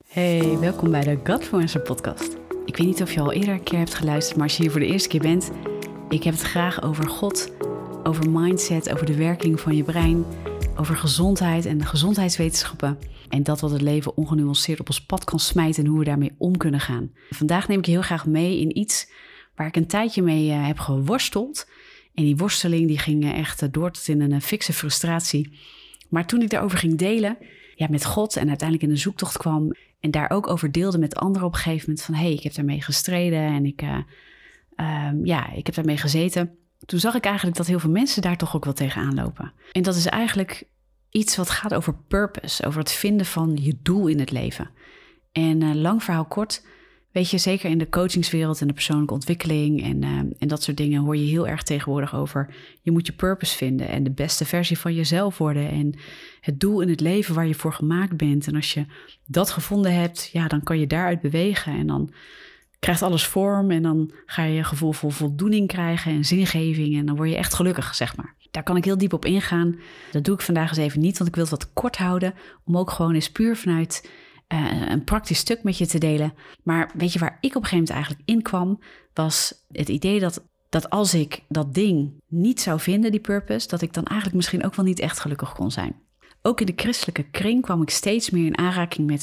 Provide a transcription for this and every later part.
Hey, welkom bij de Godfluencer podcast. Ik weet niet of je al eerder een keer hebt geluisterd, maar als je hier voor de eerste keer bent, ik heb het graag over God, over mindset, over de werking van je brein, over gezondheid en de gezondheidswetenschappen en dat wat het leven ongenuanceerd op ons pad kan smijten en hoe we daarmee om kunnen gaan. Vandaag neem ik je heel graag mee in iets waar ik een tijdje mee heb geworsteld. En die worsteling die ging echt door tot in een fikse frustratie. Maar toen ik daarover ging delen, met God en uiteindelijk in een zoektocht kwam en daar ook over deelde met anderen op een gegeven moment van ik heb daarmee gestreden en ik heb daarmee gezeten. Toen zag ik eigenlijk dat heel veel mensen daar toch ook wel tegenaan lopen. En dat is eigenlijk iets wat gaat over purpose, over het vinden van je doel in het leven. En lang verhaal kort, weet je, zeker in de coachingswereld en de persoonlijke ontwikkeling en dat soort dingen hoor je heel erg tegenwoordig over. Je moet je purpose vinden en de beste versie van jezelf worden en het doel in het leven waar je voor gemaakt bent. En als je dat gevonden hebt, dan kan je daaruit bewegen en dan krijgt alles vorm en dan ga je een gevoel van voldoening krijgen en zingeving en dan word je echt gelukkig, zeg maar. Daar kan ik heel diep op ingaan. Dat doe ik vandaag eens even niet, want ik wil het wat kort houden om ook gewoon eens puur vanuit een praktisch stuk met je te delen. Maar weet je waar ik op een gegeven moment eigenlijk in kwam, was het idee dat als ik dat ding niet zou vinden, die purpose, dat ik dan eigenlijk misschien ook wel niet echt gelukkig kon zijn. Ook in de christelijke kring kwam ik steeds meer in aanraking met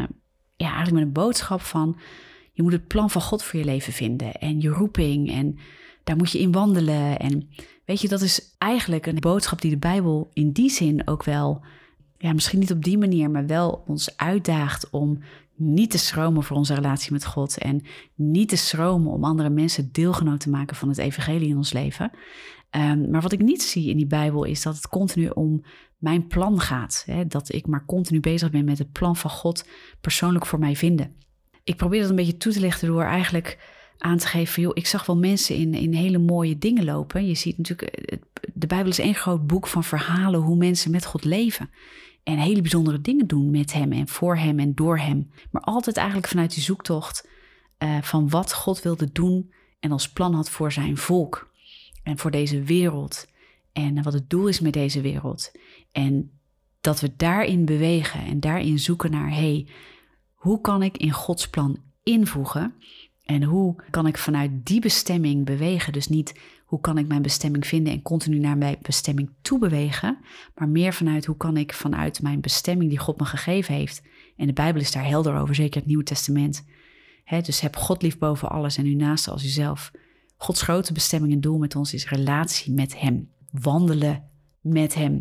een boodschap van je moet het plan van God voor je leven vinden en je roeping en daar moet je in wandelen. En weet je, dat is eigenlijk een boodschap die de Bijbel in die zin ook wel, misschien niet op die manier, maar wel ons uitdaagt om niet te schromen voor onze relatie met God en niet te schromen om andere mensen deelgenoot te maken van het evangelie in ons leven. Maar wat ik niet zie in die Bijbel is dat het continu om mijn plan gaat. Hè? Dat ik maar continu bezig ben met het plan van God persoonlijk voor mij vinden. Ik probeer dat een beetje toe te lichten door eigenlijk aan te geven, ik zag wel mensen in hele mooie dingen lopen. Je ziet natuurlijk, de Bijbel is één groot boek van verhalen hoe mensen met God leven. En hele bijzondere dingen doen met hem en voor hem en door hem. Maar altijd eigenlijk vanuit die zoektocht van wat God wilde doen en als plan had voor zijn volk. En voor deze wereld. En wat het doel is met deze wereld. En dat we daarin bewegen en daarin zoeken naar, hoe kan ik in Gods plan invoegen? En hoe kan ik vanuit die bestemming bewegen? Dus niet hoe kan ik mijn bestemming vinden en continu naar mijn bestemming toe bewegen, maar meer vanuit hoe kan ik vanuit mijn bestemming die God me gegeven heeft. En de Bijbel is daar helder over, zeker het Nieuwe Testament. Dus heb God lief boven alles en uw naaste als uzelf. Gods grote bestemming en doel met ons is relatie met hem. Wandelen met hem.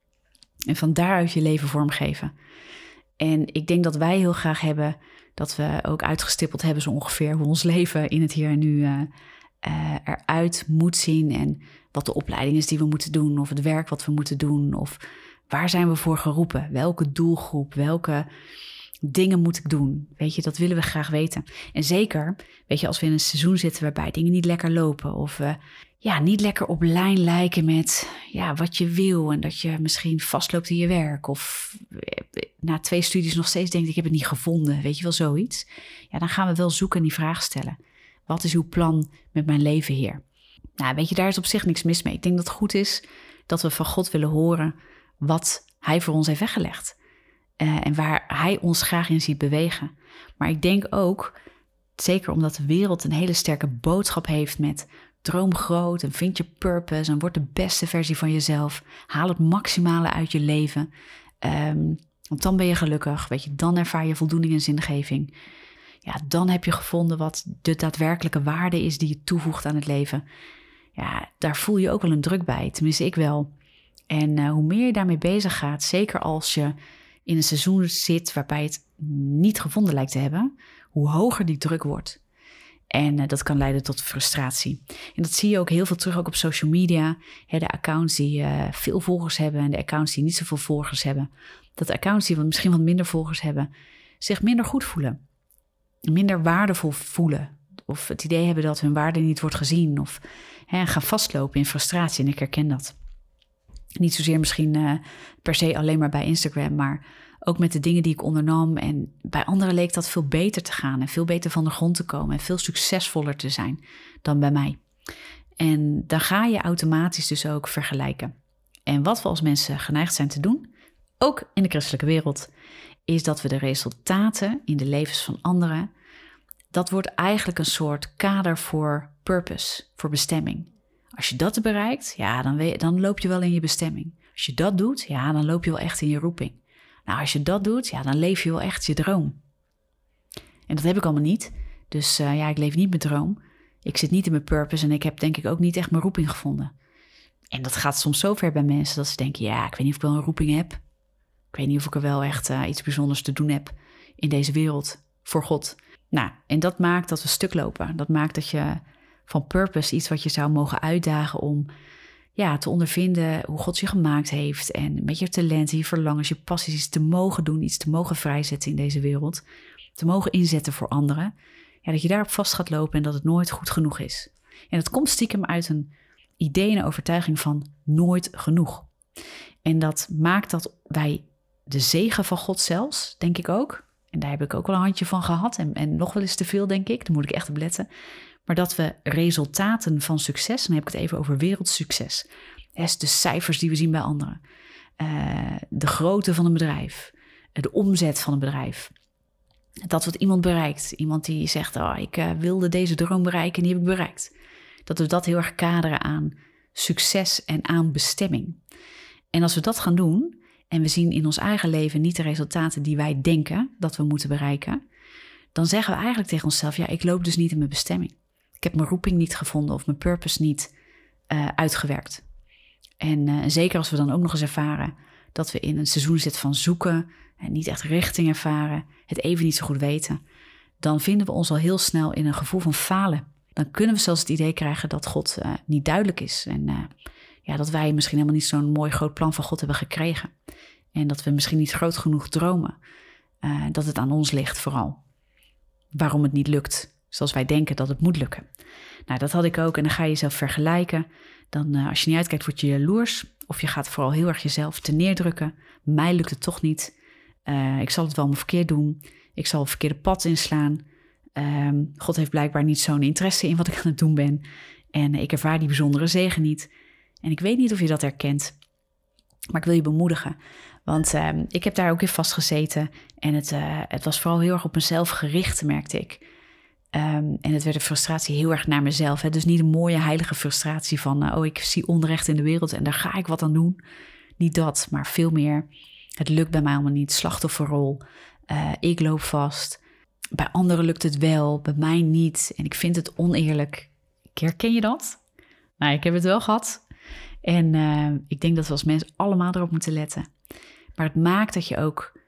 En van daaruit je leven vormgeven. En ik denk dat wij heel graag hebben dat we ook uitgestippeld hebben zo ongeveer hoe ons leven in het hier en nu eruit moet zien. En wat de opleiding is die we moeten doen of het werk wat we moeten doen. Of waar zijn we voor geroepen? Welke doelgroep? Welke dingen moet ik doen? Weet je, dat willen we graag weten. En zeker, weet je, als we in een seizoen zitten waarbij dingen niet lekker lopen of we niet lekker op lijn lijken met wat je wil en dat je misschien vastloopt in je werk of na 2 studies nog steeds denkt ik heb het niet gevonden, weet je wel, zoiets. Dan gaan we wel zoeken en die vraag stellen. Wat is uw plan met mijn leven, Heer? Nou, weet je, daar is op zich niks mis mee. Ik denk dat het goed is dat we van God willen horen wat hij voor ons heeft weggelegd. En waar hij ons graag in ziet bewegen. Maar ik denk ook, zeker omdat de wereld een hele sterke boodschap heeft met droom groot en vind je purpose en word de beste versie van jezelf. Haal het maximale uit je leven. Want dan ben je gelukkig, weet je, dan ervaar je voldoening en zingeving. Dan heb je gevonden wat de daadwerkelijke waarde is die je toevoegt aan het leven. Daar voel je ook wel een druk bij, tenminste ik wel. En hoe meer je daarmee bezig gaat, zeker als je in een seizoen zit waarbij het niet gevonden lijkt te hebben, hoe hoger die druk wordt. En dat kan leiden tot frustratie. En dat zie je ook heel veel terug ook op social media. De accounts die veel volgers hebben en de accounts die niet zoveel volgers hebben. Dat de accounts die misschien wat minder volgers hebben, zich minder goed voelen. Minder waardevol voelen. Of het idee hebben dat hun waarde niet wordt gezien. Of gaan vastlopen in frustratie. En ik herken dat. Niet zozeer misschien per se alleen maar bij Instagram, maar ook met de dingen die ik ondernam. En bij anderen leek dat veel beter te gaan en veel beter van de grond te komen en veel succesvoller te zijn dan bij mij. En dan ga je automatisch dus ook vergelijken. En wat we als mensen geneigd zijn te doen, ook in de christelijke wereld, is dat we de resultaten in de levens van anderen, dat wordt eigenlijk een soort kader voor purpose, voor bestemming. Als je dat bereikt, ja, dan loop je wel in je bestemming. Als je dat doet, ja, dan loop je wel echt in je roeping. Nou, als je dat doet, ja, dan leef je wel echt je droom. En dat heb ik allemaal niet. Dus ik leef niet mijn droom. Ik zit niet in mijn purpose en ik heb denk ik ook niet echt mijn roeping gevonden. En dat gaat soms zo ver bij mensen dat ze denken, ja, ik weet niet of ik wel een roeping heb. Ik weet niet of ik er wel echt iets bijzonders te doen heb in deze wereld voor God. Nou, en dat maakt dat we stuk lopen. Dat maakt dat je van purpose, iets wat je zou mogen uitdagen om te ondervinden hoe God je gemaakt heeft. En met je talenten, je verlangens, je passies iets te mogen doen, iets te mogen vrijzetten in deze wereld. Te mogen inzetten voor anderen. Ja, dat je daarop vast gaat lopen en dat het nooit goed genoeg is. En dat komt stiekem uit een idee en een overtuiging van nooit genoeg. En dat maakt dat wij de zegen van God zelfs, denk ik ook. En daar heb ik ook wel een handje van gehad. En nog wel eens te veel, denk ik. Daar moet ik echt op letten. Maar dat we resultaten van succes, dan heb ik het even over wereldsucces. Dus de cijfers die we zien bij anderen. De grootte van een bedrijf. De omzet van een bedrijf. Dat wat iemand bereikt. Iemand die zegt, ik wilde deze droom bereiken en die heb ik bereikt. Dat we dat heel erg kaderen aan succes en aan bestemming. En als we dat gaan doen en we zien in ons eigen leven niet de resultaten die wij denken dat we moeten bereiken, dan zeggen we eigenlijk tegen onszelf, ik loop dus niet in mijn bestemming. Ik heb mijn roeping niet gevonden of mijn purpose niet uitgewerkt. En zeker als we dan ook nog eens ervaren dat we in een seizoen zitten van zoeken en niet echt richting ervaren, het even niet zo goed weten, dan vinden we ons al heel snel in een gevoel van falen. Dan kunnen we zelfs het idee krijgen dat God niet duidelijk is. En dat wij misschien helemaal niet zo'n mooi groot plan van God hebben gekregen. En dat we misschien niet groot genoeg dromen. Dat het aan ons ligt vooral. Waarom het niet lukt, zoals wij denken dat het moet lukken. Nou, dat had ik ook. En dan ga je jezelf vergelijken. Dan als je niet uitkijkt, word je jaloers. Of je gaat vooral heel erg jezelf te neerdrukken. Mij lukt het toch niet. Ik zal het wel maar verkeerd doen. Ik zal het verkeerde pad inslaan. God heeft blijkbaar niet zo'n interesse in wat ik aan het doen ben. En ik ervaar die bijzondere zegen niet. En ik weet niet of je dat herkent. Maar ik wil je bemoedigen. Want ik heb daar ook in vastgezeten. En het was vooral heel erg op mezelf gericht, merkte ik. En het werd een frustratie heel erg naar mezelf. Hè? Dus niet een mooie heilige frustratie van ik zie onrecht in de wereld en daar ga ik wat aan doen. Niet dat, maar veel meer. Het lukt bij mij allemaal niet. Slachtofferrol. Ik loop vast. Bij anderen lukt het wel, bij mij niet. En ik vind het oneerlijk. Herken je dat? Nou, ik heb het wel gehad. En ik denk dat we als mensen allemaal erop moeten letten. Maar het maakt dat je ook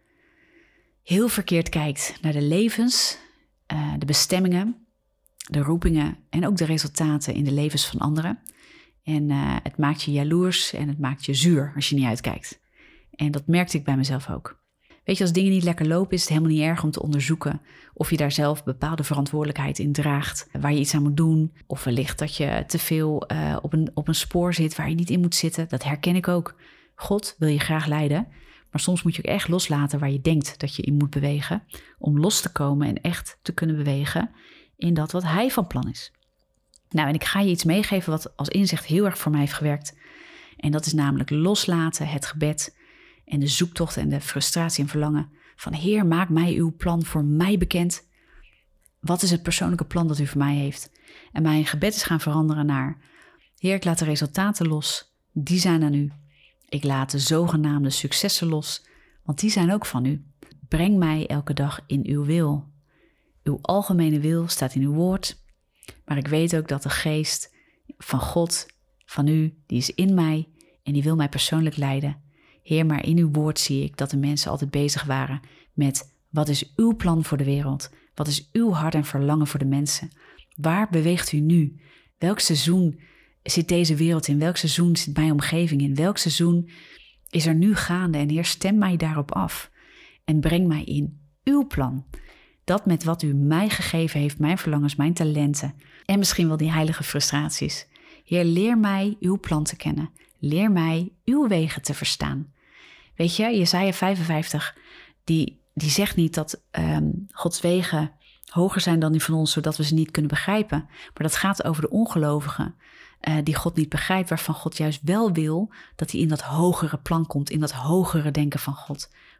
heel verkeerd kijkt naar de levens, de bestemmingen, de roepingen en ook de resultaten in de levens van anderen. En het maakt je jaloers en het maakt je zuur als je niet uitkijkt. En dat merkte ik bij mezelf ook. Weet je, als dingen niet lekker lopen, is het helemaal niet erg om te onderzoeken of je daar zelf bepaalde verantwoordelijkheid in draagt, waar je iets aan moet doen. Of wellicht dat je te veel op een spoor zit waar je niet in moet zitten. Dat herken ik ook. God wil je graag leiden, maar soms moet je ook echt loslaten waar je denkt dat je in moet bewegen, om los te komen en echt te kunnen bewegen in dat wat hij van plan is. Nou, en ik ga je iets meegeven wat als inzicht heel erg voor mij heeft gewerkt. En dat is namelijk loslaten, het gebed en de zoektocht en de frustratie en verlangen van Heer, maak mij uw plan voor mij bekend. Wat is het persoonlijke plan dat u voor mij heeft? En mijn gebed is gaan veranderen naar Heer, ik laat de resultaten los, die zijn aan u. Ik laat de zogenaamde successen los, want die zijn ook van u. Breng mij elke dag in uw wil. Uw algemene wil staat in uw woord, maar ik weet ook dat de geest van God, van u, die is in mij en die wil mij persoonlijk leiden. Heer, maar in uw woord zie ik dat de mensen altijd bezig waren met wat is uw plan voor de wereld? Wat is uw hart en verlangen voor de mensen? Waar beweegt u nu? Welk seizoen zit deze wereld in? Welk seizoen zit mijn omgeving in? Welk seizoen is er nu gaande? En Heer, stem mij daarop af en breng mij in uw plan. Dat met wat u mij gegeven heeft, mijn verlangens, mijn talenten en misschien wel die heilige frustraties. Heer, leer mij uw plan te kennen. Leer mij uw wegen te verstaan. Weet je, Jesaja 55, die zegt niet dat Gods wegen hoger zijn dan die van ons, zodat we ze niet kunnen begrijpen. Maar dat gaat over de ongelovigen die God niet begrijpt, waarvan God juist wel wil dat hij in dat hogere plan komt, in dat hogere denken van God.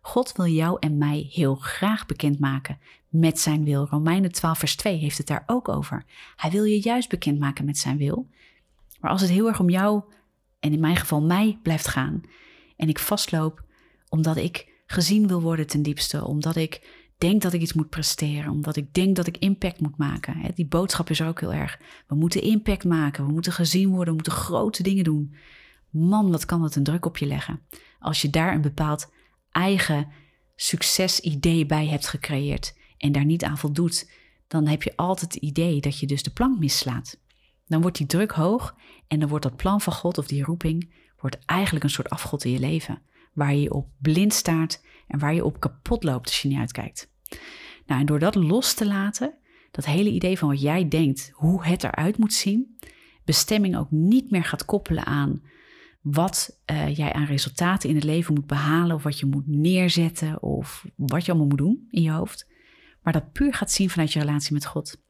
God wil jou en mij heel graag bekendmaken met zijn wil. Romeinen 12 vers 2 heeft het daar ook over. Hij wil je juist bekendmaken met zijn wil. Maar als het heel erg om jou, en in mijn geval mij, blijft gaan, en ik vastloop omdat ik gezien wil worden ten diepste, omdat ik denk dat ik iets moet presteren, omdat ik denk dat ik impact moet maken. Die boodschap is ook heel erg. We moeten impact maken, we moeten gezien worden, we moeten grote dingen doen. Man, wat kan dat een druk op je leggen. Als je daar een bepaald eigen succesidee bij hebt gecreëerd en daar niet aan voldoet, dan heb je altijd het idee dat je dus de plank mislaat. Dan wordt die druk hoog en dan wordt dat plan van God of die roeping wordt eigenlijk een soort afgod in je leven, waar je op blind staart en waar je op kapot loopt als je niet uitkijkt. Nou, en door dat los te laten, dat hele idee van wat jij denkt, hoe het eruit moet zien, bestemming ook niet meer gaat koppelen aan wat jij aan resultaten in het leven moet behalen of wat je moet neerzetten of wat je allemaal moet doen in je hoofd, maar dat puur gaat zien vanuit je relatie met God.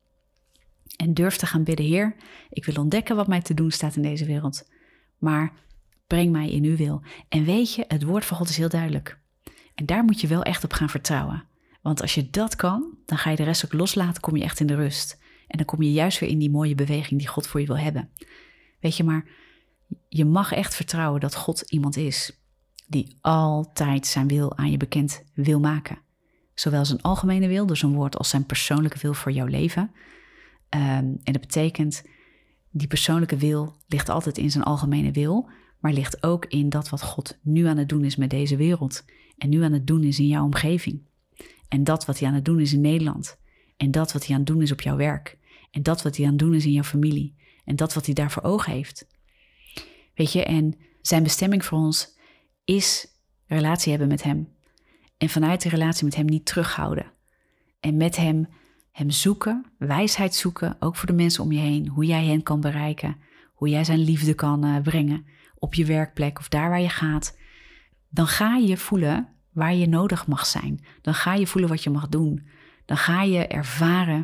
En durf te gaan bidden, Heer, ik wil ontdekken wat mij te doen staat in deze wereld, maar breng mij in uw wil. En weet je, het woord van God is heel duidelijk. En daar moet je wel echt op gaan vertrouwen. Want als je dat kan, dan ga je de rest ook loslaten, kom je echt in de rust. En dan kom je juist weer in die mooie beweging die God voor je wil hebben. Weet je, maar je mag echt vertrouwen dat God iemand is die altijd zijn wil aan je bekend wil maken. Zowel zijn algemene wil, dus een woord als zijn persoonlijke wil voor jouw leven. En dat betekent, die persoonlijke wil ligt altijd in zijn algemene wil, maar ligt ook in dat wat God nu aan het doen is met deze wereld. En nu aan het doen is in jouw omgeving. En dat wat hij aan het doen is in Nederland. En dat wat hij aan het doen is op jouw werk. En dat wat hij aan het doen is in jouw familie. En dat wat hij daar voor ogen heeft. Weet je, en zijn bestemming voor ons is relatie hebben met hem. En vanuit die relatie met hem niet terughouden. En met hem zoeken, wijsheid zoeken, ook voor de mensen om je heen. Hoe jij hen kan bereiken. Hoe jij zijn liefde kan brengen op je werkplek of daar waar je gaat. Dan ga je voelen waar je nodig mag zijn. Dan ga je voelen wat je mag doen. Dan ga je ervaren,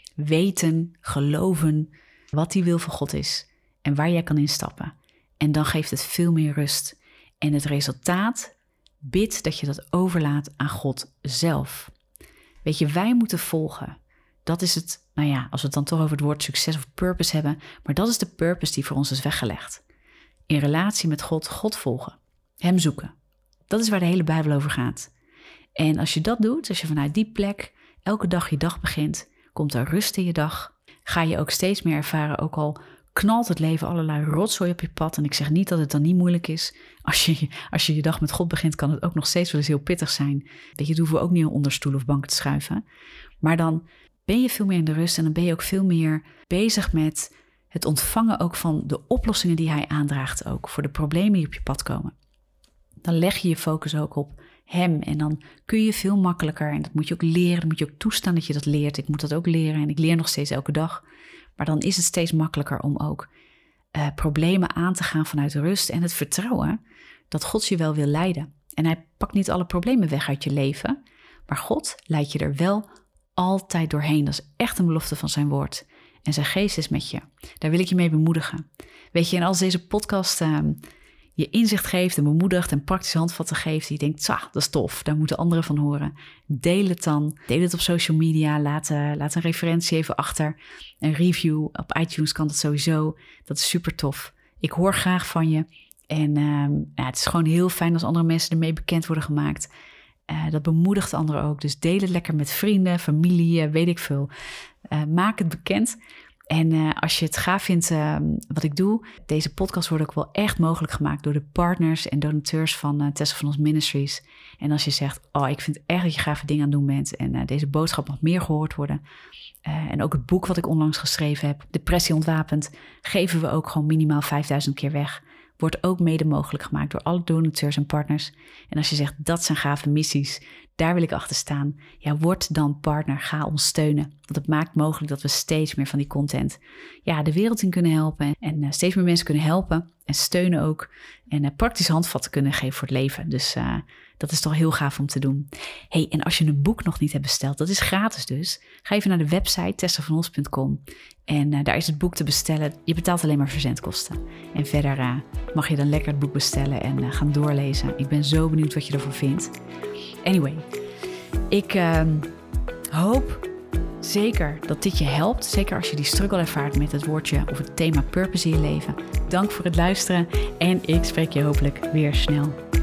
weten, geloven wat die wil van God is. En waar jij kan instappen. En dan geeft het veel meer rust. En het resultaat, bid dat je dat overlaat aan God zelf. Weet je, wij moeten volgen. Dat is het, nou ja, als we het dan toch over het woord succes of purpose hebben. Maar dat is de purpose die voor ons is weggelegd. In relatie met God, God volgen. Hem zoeken. Dat is waar de hele Bijbel over gaat. En als je dat doet, als je vanuit die plek elke dag je dag begint, komt er rust in je dag. Ga je ook steeds meer ervaren, ook al knalt het leven allerlei rotzooi op je pad. En ik zeg niet dat het dan niet moeilijk is. Als je je dag met God begint, kan het ook nog steeds wel eens heel pittig zijn. Weet je, dat hoeven we ook niet onder stoelen of banken te schuiven. Maar dan ben je veel meer in de rust en dan ben je ook veel meer bezig met het ontvangen ook van de oplossingen die hij aandraagt ook. Voor de problemen die op je pad komen. Dan leg je je focus ook op hem en dan kun je veel makkelijker. En dat moet je ook leren, dan moet je ook toestaan dat je dat leert. Ik moet dat ook leren en ik leer nog steeds elke dag. Maar dan is het steeds makkelijker om ook problemen aan te gaan vanuit rust en het vertrouwen dat God je wel wil leiden. En hij pakt niet alle problemen weg uit je leven, maar God leidt je er wel altijd doorheen. Dat is echt een belofte van zijn woord. En zijn geest is met je. Daar wil ik je mee bemoedigen. Weet je, en als deze podcast je inzicht geeft en bemoedigt en praktische handvatten geeft, die denkt, dat is tof, daar moeten anderen van horen. Deel het dan. Deel het op social media. Laat een referentie even achter. Een review op iTunes kan dat sowieso. Dat is super tof. Ik hoor graag van je. En het is gewoon heel fijn als andere mensen ermee bekend worden gemaakt. Dat bemoedigt anderen ook. Dus deel het lekker met vrienden, familie, weet ik veel. Maak het bekend. En als je het gaaf vindt wat ik doe, deze podcast wordt ook wel echt mogelijk gemaakt door de partners en donateurs van Tessa van Ons Ministries. En als je zegt, ik vind echt dat je gave dingen aan het doen bent en deze boodschap mag meer gehoord worden. En ook het boek wat ik onlangs geschreven heb, Depressie ontwapend, geven we ook gewoon minimaal 5000 keer weg. Wordt ook mede mogelijk gemaakt door alle donateurs en partners. En als je zegt, dat zijn gave missies, daar wil ik achter staan. Ja, word dan partner, ga ons steunen. Want het maakt mogelijk dat we steeds meer van die content de wereld in kunnen helpen. En steeds meer mensen kunnen helpen en steunen ook. En praktische handvatten kunnen geven voor het leven. Dus Dat is toch heel gaaf om te doen. Hey, en als je een boek nog niet hebt besteld, dat is gratis dus. Ga even naar de website tessavanos.com en daar is het boek te bestellen. Je betaalt alleen maar verzendkosten. En verder mag je dan lekker het boek bestellen en gaan doorlezen. Ik ben zo benieuwd wat je ervan vindt. Anyway, ik hoop zeker dat dit je helpt. Zeker als je die struggle ervaart met het woordje of het thema purpose in je leven. Dank voor het luisteren en ik spreek je hopelijk weer snel.